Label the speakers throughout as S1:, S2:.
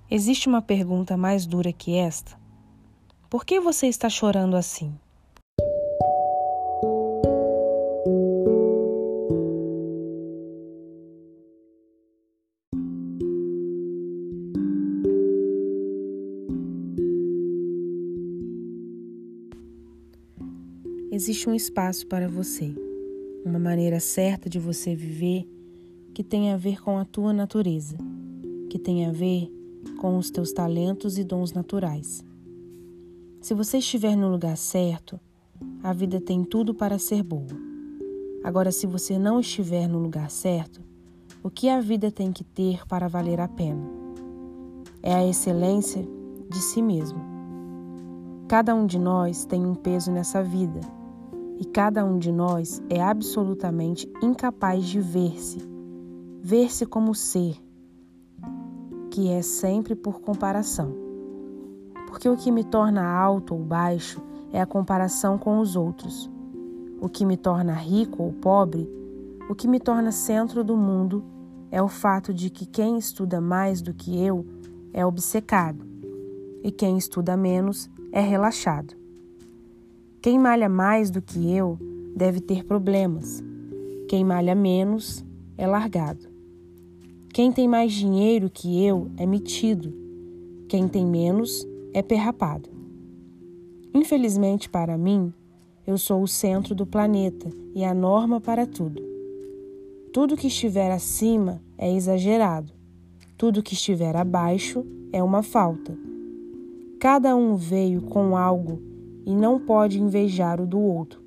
S1: Existe uma pergunta mais dura que esta? Por que você está chorando assim? Existe um espaço para você, uma maneira certa de você viver que tem a ver com a tua natureza, que tem a ver com os teus talentos e dons naturais. Se você estiver no lugar certo, a vida tem tudo para ser boa. Agora, se você não estiver no lugar certo, o que a vida tem que ter para valer a pena? É a excelência de si mesmo. Cada um de nós tem um peso nessa vida e cada um de nós é absolutamente incapaz de ver-se como ser, que é sempre por comparação. Porque o que me torna alto ou baixo é a comparação com os outros. O que me torna rico ou pobre, o que me torna centro do mundo é o fato de que quem estuda mais do que eu é obcecado e quem estuda menos é relaxado. Quem malha mais do que eu deve ter problemas. Quem malha menos é largado. Quem tem mais dinheiro que eu é metido. Quem tem menos é perrapado. Infelizmente para mim, eu sou o centro do planeta e a norma para tudo. Tudo que estiver acima é exagerado. Tudo que estiver abaixo é uma falta. Cada um veio com algo e não pode invejar o do outro.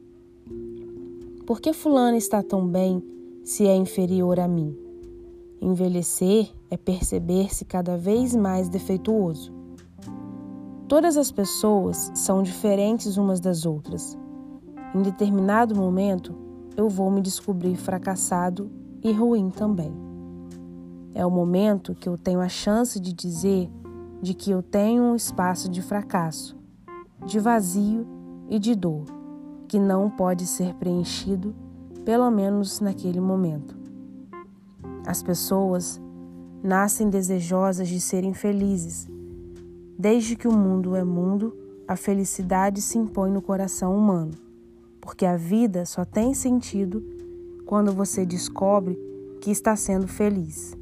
S1: Por que fulano está tão bem se é inferior a mim? Envelhecer é perceber-se cada vez mais defeituoso. Todas as pessoas são diferentes umas das outras. Em determinado momento, eu vou me descobrir fracassado e ruim também. É o momento que eu tenho a chance de dizer de que eu tenho um espaço de fracasso, de vazio e de dor, que não pode ser preenchido, pelo menos naquele momento. As pessoas nascem desejosas de serem felizes. Desde que o mundo é mundo, a felicidade se impõe no coração humano, porque a vida só tem sentido quando você descobre que está sendo feliz.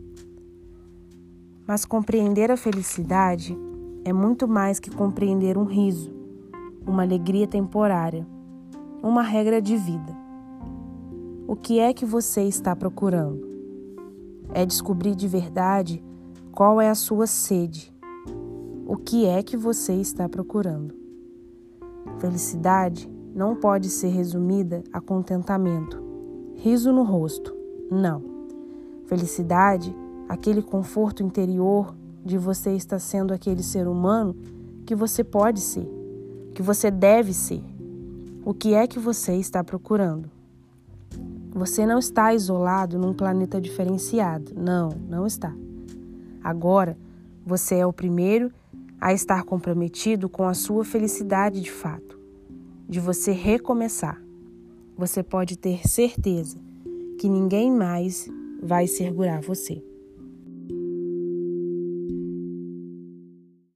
S1: Mas compreender a felicidade é muito mais que compreender um riso, uma alegria temporária, uma regra de vida. O que é que você está procurando? É descobrir de verdade qual é a sua sede. O que é que você está procurando? Felicidade não pode ser resumida a contentamento, riso no rosto. Não. Felicidade, aquele conforto interior de você estar sendo aquele ser humano que você pode ser, que você deve ser. O que é que você está procurando? Você não está isolado num planeta diferenciado. Não, não está. Agora, você é o primeiro a estar comprometido com a sua felicidade de fato, de você recomeçar. Você pode ter certeza que ninguém mais vai segurar você.